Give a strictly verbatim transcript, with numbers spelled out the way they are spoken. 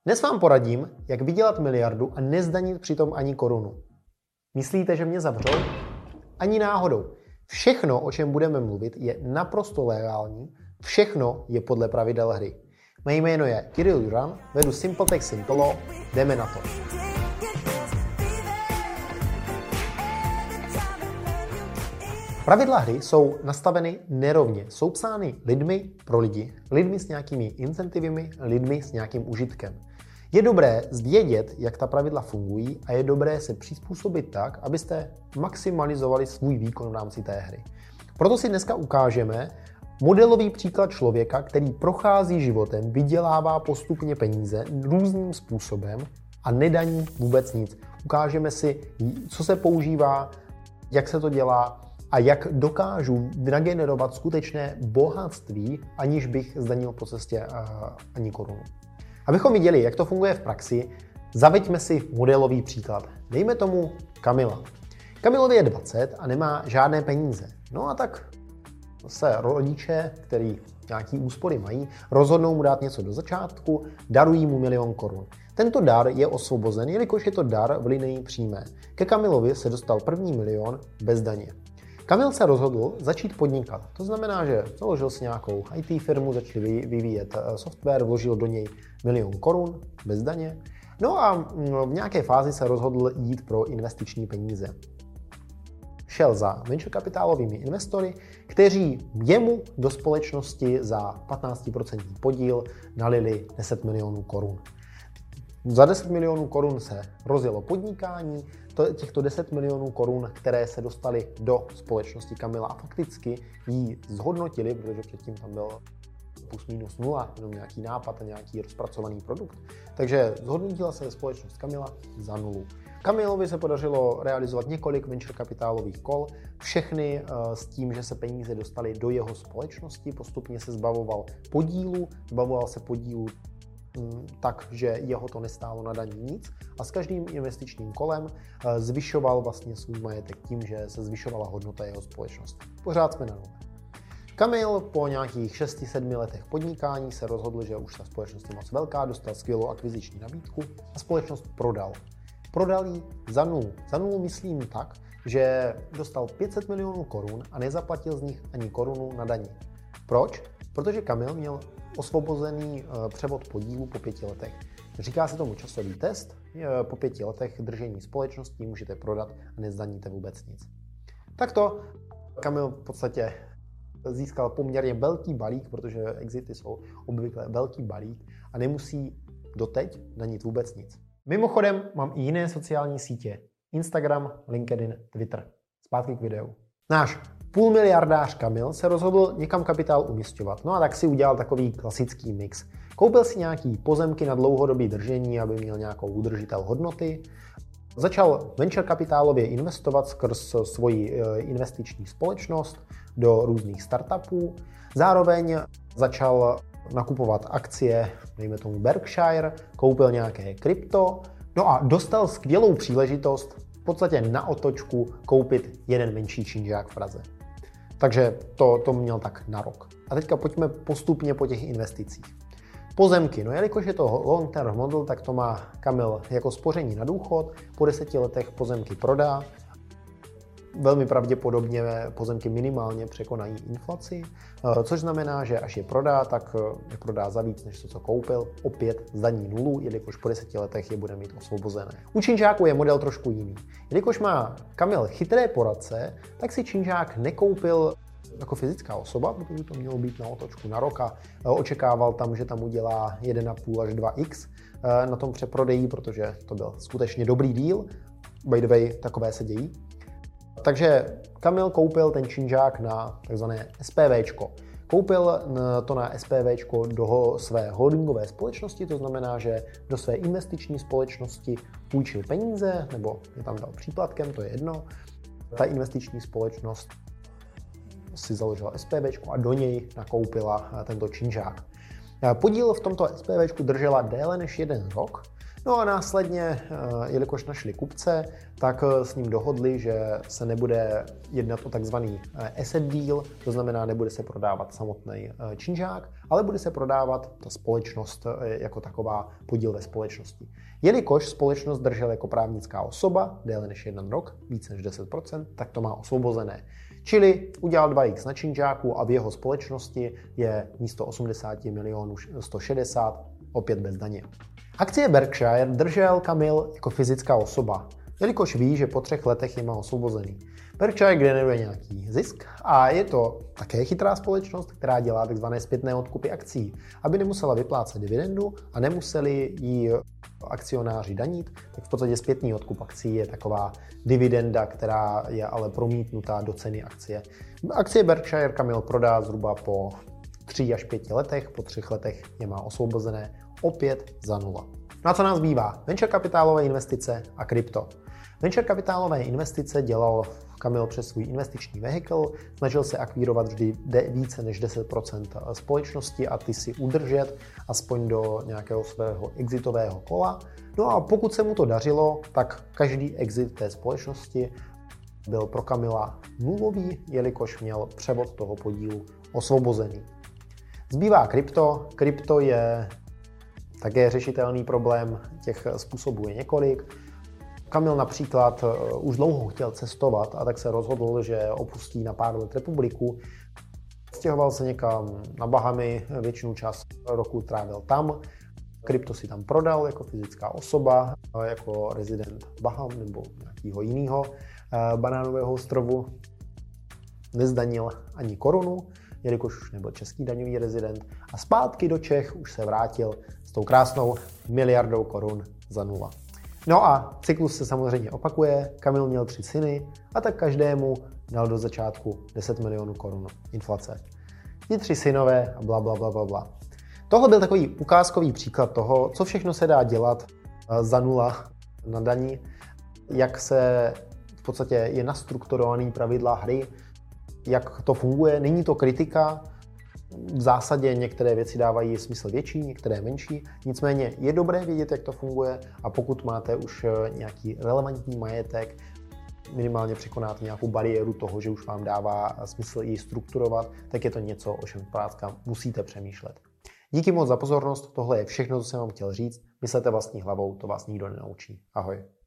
Dnes vám poradím, jak vydělat miliardu a nezdanit přitom ani korunu. Myslíte, že mě zavřou? Ani náhodou. Všechno, o čem budeme mluvit, je naprosto legální, všechno je podle pravidel hry. Moje jméno je Kirill Juran, vedu SimpleTech Simple Law, jdeme na to. Pravidla hry jsou nastaveny nerovně, jsou psány lidmi pro lidi, lidmi s nějakými incentivami, lidmi s nějakým užitkem. Je dobré vědět, jak ta pravidla fungují a je dobré se přizpůsobit tak, abyste maximalizovali svůj výkon v rámci té hry. Proto si dneska ukážeme modelový příklad člověka, který prochází životem, vydělává postupně peníze různým způsobem a nedaní vůbec nic. Ukážeme si, co se používá, jak se to dělá a jak dokážu nagenerovat skutečné bohatství, aniž bych zdanil po cestě ani korunu. Abychom viděli, jak to funguje v praxi, zaveďme si modelový příklad. Dejme tomu Kamila. Kamilovi je dvacet a nemá žádné peníze. No a tak se rodiče, který nějaký úspory mají, rozhodnou mu dát něco do začátku, darují mu milion korun. Tento dar je osvobozen, jelikož je to dar v linii přímé. Ke Kamilovi se dostal první milion bez daně. Kamil se rozhodl začít podnikat. To znamená, že založil si nějakou í té firmu, začal vyvíjet software, vložil do něj milion korun bez daně. No a v nějaké fázi se rozhodl jít pro investiční peníze. Šel za venture kapitálovými investory, kteří jemu do společnosti za patnáct procent podíl nalili deset milionů korun. Za deset milionů korun se rozjelo podnikání, to, těchto deset milionů korun, které se dostaly do společnosti Kamila a fakticky ji zhodnotili, protože předtím tam byl plus minus nula, jenom nějaký nápad a nějaký rozpracovaný produkt. Takže zhodnotila se společnost Kamila za nulu. Kamilovi se podařilo realizovat několik venture kapitálových kol, všechny s tím, že se peníze dostaly do jeho společnosti, postupně se zbavoval podílu, zbavoval se podílu tak, že jeho to nestálo na daní nic a s každým investičním kolem zvyšoval vlastně svůj majetek tím, že se zvyšovala hodnota jeho společnosti. Pořád jsme na nule. Kamil po nějakých šesti sedmi letech podnikání se rozhodl, že už ta společnost je moc velká, dostal skvělou akviziční nabídku a společnost prodal. Prodal ji za nulu. Za nulu myslím tak, že dostal pět set milionů korun a nezaplatil z nich ani korunu na daní. Proč? Protože Kamil měl osvobozený převod podílu po pěti letech. Říká se tomu časový test. Po pěti letech držení společnosti můžete prodat a nezdaníte vůbec nic. Takto Kamil v podstatě získal poměrně velký balík, protože exity jsou obvykle velký balík a nemusí doteď danit vůbec nic. Mimochodem mám i jiné sociální sítě. Instagram, LinkedIn, Twitter. Zpátky k videu. Náš půlmiliardář Kamil se rozhodl někam kapitál umisťovat. No a tak si udělal takový klasický mix. Koupil si nějaký pozemky na dlouhodobé držení, aby měl nějakou udržitel hodnoty. Začal venture kapitálově investovat skrz svoji investiční společnost do různých startupů. Zároveň začal nakupovat akcie, dejme tomu Berkshire, koupil nějaké krypto, no a dostal skvělou příležitost v podstatě na otočku koupit jeden menší činžák v Praze. Takže to, to měl tak na rok. A teďka pojďme postupně po těch investicích. Pozemky, no jelikož je to long term model, tak to má Kamil jako spoření na důchod, po deseti letech pozemky prodá, velmi pravděpodobně pozemky minimálně překonají inflaci, což znamená, že až je prodá, tak je prodá za víc, než to, co koupil, opět zdaní nulu, jelikož po deseti letech je bude mít osvobozené. U činžáku je model trošku jiný. Jelikož má Kamil chytré poradce, tak si činžák nekoupil jako fyzická osoba, protože to mělo být na otočku na rok a očekával tam, že tam udělá jedna celá pět až dva x na tom přeprodeji, protože to byl skutečně dobrý deal. By the way, takové se dějí. Takže Kamil koupil ten činžák na takzvané SPVčko. Koupil to na SPVčko do své holdingové společnosti, to znamená, že do své investiční společnosti půjčil peníze, nebo je tam dal příplatkem, to je jedno. Ta investiční společnost si založila SPVčko a do něj nakoupila tento činžák. Podíl v tomto SPVčku držela déle než jeden rok, No a následně, jelikož našli kupce, tak s ním dohodli, že se nebude jednat o takzvaný asset deal, to znamená, nebude se prodávat samotný činžák, ale bude se prodávat ta společnost jako taková, podíl ve společnosti. Jelikož společnost držel jako právnická osoba déle než jeden rok, více než deset procent, tak to má osvobozené. Čili udělal dva x na činžáku a v jeho společnosti je místo osmdesát milionů sto šedesát, opět bez daně. Akcie Berkshire držel Kamil jako fyzická osoba, jelikož ví, že po třech letech je má osvobozený. Berkshire generuje nějaký zisk a je to také chytrá společnost, která dělá tzv. Zpětné odkupy akcí, aby nemusela vyplácet dividendu a nemuseli ji akcionáři danit, tak v podstatě zpětný odkup akcí je taková dividenda, která je ale promítnutá do ceny akcie. Akcie Berkshire Kamil prodá zhruba po tří až pěti letech, po třech letech je má osvobozené opět za nula. No a co nás bývá? Venture kapitálové investice a krypto. Venture kapitálové investice dělal Kamil přes svůj investiční vehikl, snažil se akvírovat vždy více než deset procent společnosti a ty si udržet aspoň do nějakého svého exitového kola. No a pokud se mu to dařilo, tak každý exit té společnosti byl pro Kamila nulový, jelikož měl převod toho podílu osvobozený. Zbývá krypto. Krypto je také řešitelný problém, těch způsobů je několik. Kamil například už dlouho chtěl cestovat a tak se rozhodl, že opustí na pár let republiku. Stěhoval se někam na Bahamy, většinu čas roku trávil tam. Krypto si tam prodal jako fyzická osoba, jako rezident Baham nebo nějakého jiného banánového ostrovu. Nezdanil ani korunu, jelikož už nebyl český daňový rezident. A zpátky do Čech už se vrátil s tou krásnou miliardou korun za nula. No a cyklus se samozřejmě opakuje, Kamil měl tři syny a tak každému dal do začátku deset milionů korun inflace. Ti tři synové a bla, bla, bla, bla, bla. Tohle byl takový ukázkový příklad toho, co všechno se dá dělat za nula na daní, jak se v podstatě je nastrukturovaný pravidla hry, jak to funguje. Není to kritika, v zásadě některé věci dávají smysl větší, některé menší, nicméně je dobré vědět, jak to funguje a pokud máte už nějaký relevantní majetek, minimálně překonáte nějakou bariéru toho, že už vám dává smysl ji strukturovat, tak je to něco, o čem zkrátka musíte přemýšlet. Díky moc za pozornost, tohle je všechno, co jsem vám chtěl říct. Myslete vlastní hlavou, to vás nikdo nenaučí. Ahoj.